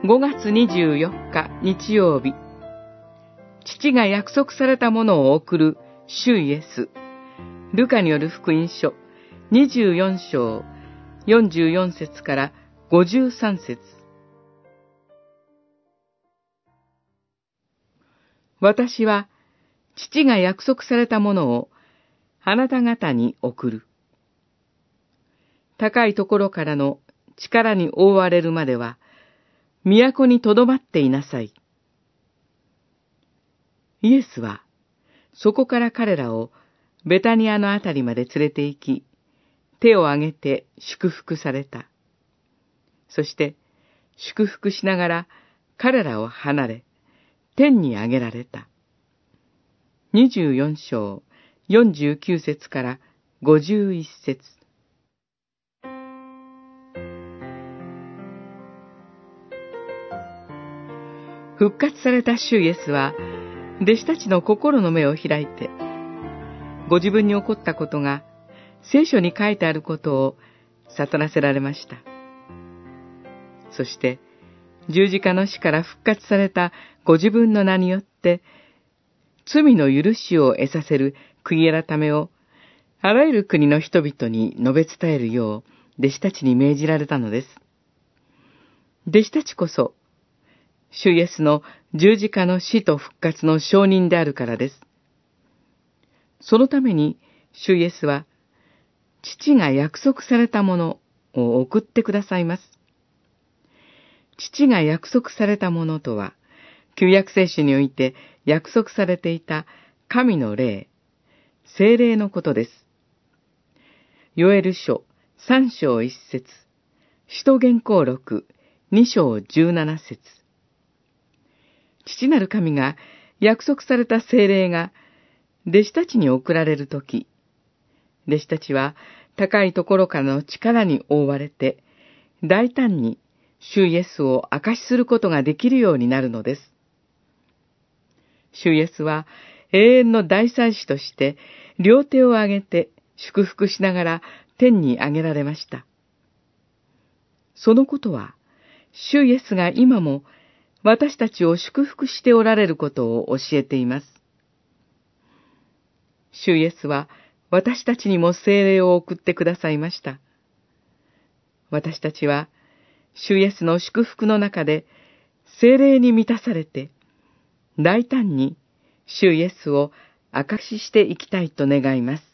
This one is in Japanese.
5月24日日曜日、父が約束されたものを送る主イエス。ルカによる福音書24章44節から53節。私は父が約束されたものをあなた方に送る。高いところからの力に覆われるまでは、都にとどまっていなさい。イエスは、そこから彼らをベタニアのあたりまで連れて行き、手を挙げて祝福された。そして、祝福しながら彼らを離れ、天に上げられた。24章49節から51節。復活された主イエスは、弟子たちの心の目を開いて、ご自分に起こったことが聖書に書いてあることを悟らせられました。そして、十字架の死から復活されたご自分の名によって、罪の許しを得させる悔い改めを、あらゆる国の人々に述べ伝えるよう、弟子たちに命じられたのです。弟子たちこそ、主イエスの十字架の死と復活の証人であるからです。そのために、主イエスは、父が約束されたものを送ってくださいます。父が約束されたものとは、旧約聖書において約束されていた神の霊、聖霊のことです。ヨエル書3章1節、使徒言行録2章17節。父なる神が約束された聖霊が弟子たちに送られるとき、弟子たちは高いところからの力に覆われて、大胆に主イエスを証しすることができるようになるのです。主イエスは永遠の大祭司として両手を上げて祝福しながら天に上げられました。そのことは、主イエスが今も私たちを祝福しておられることを教えています。主イエスは私たちにも聖霊を送ってくださいました。私たちは主イエスの祝福の中で聖霊に満たされて、大胆に主イエスを証ししていきたいと願います。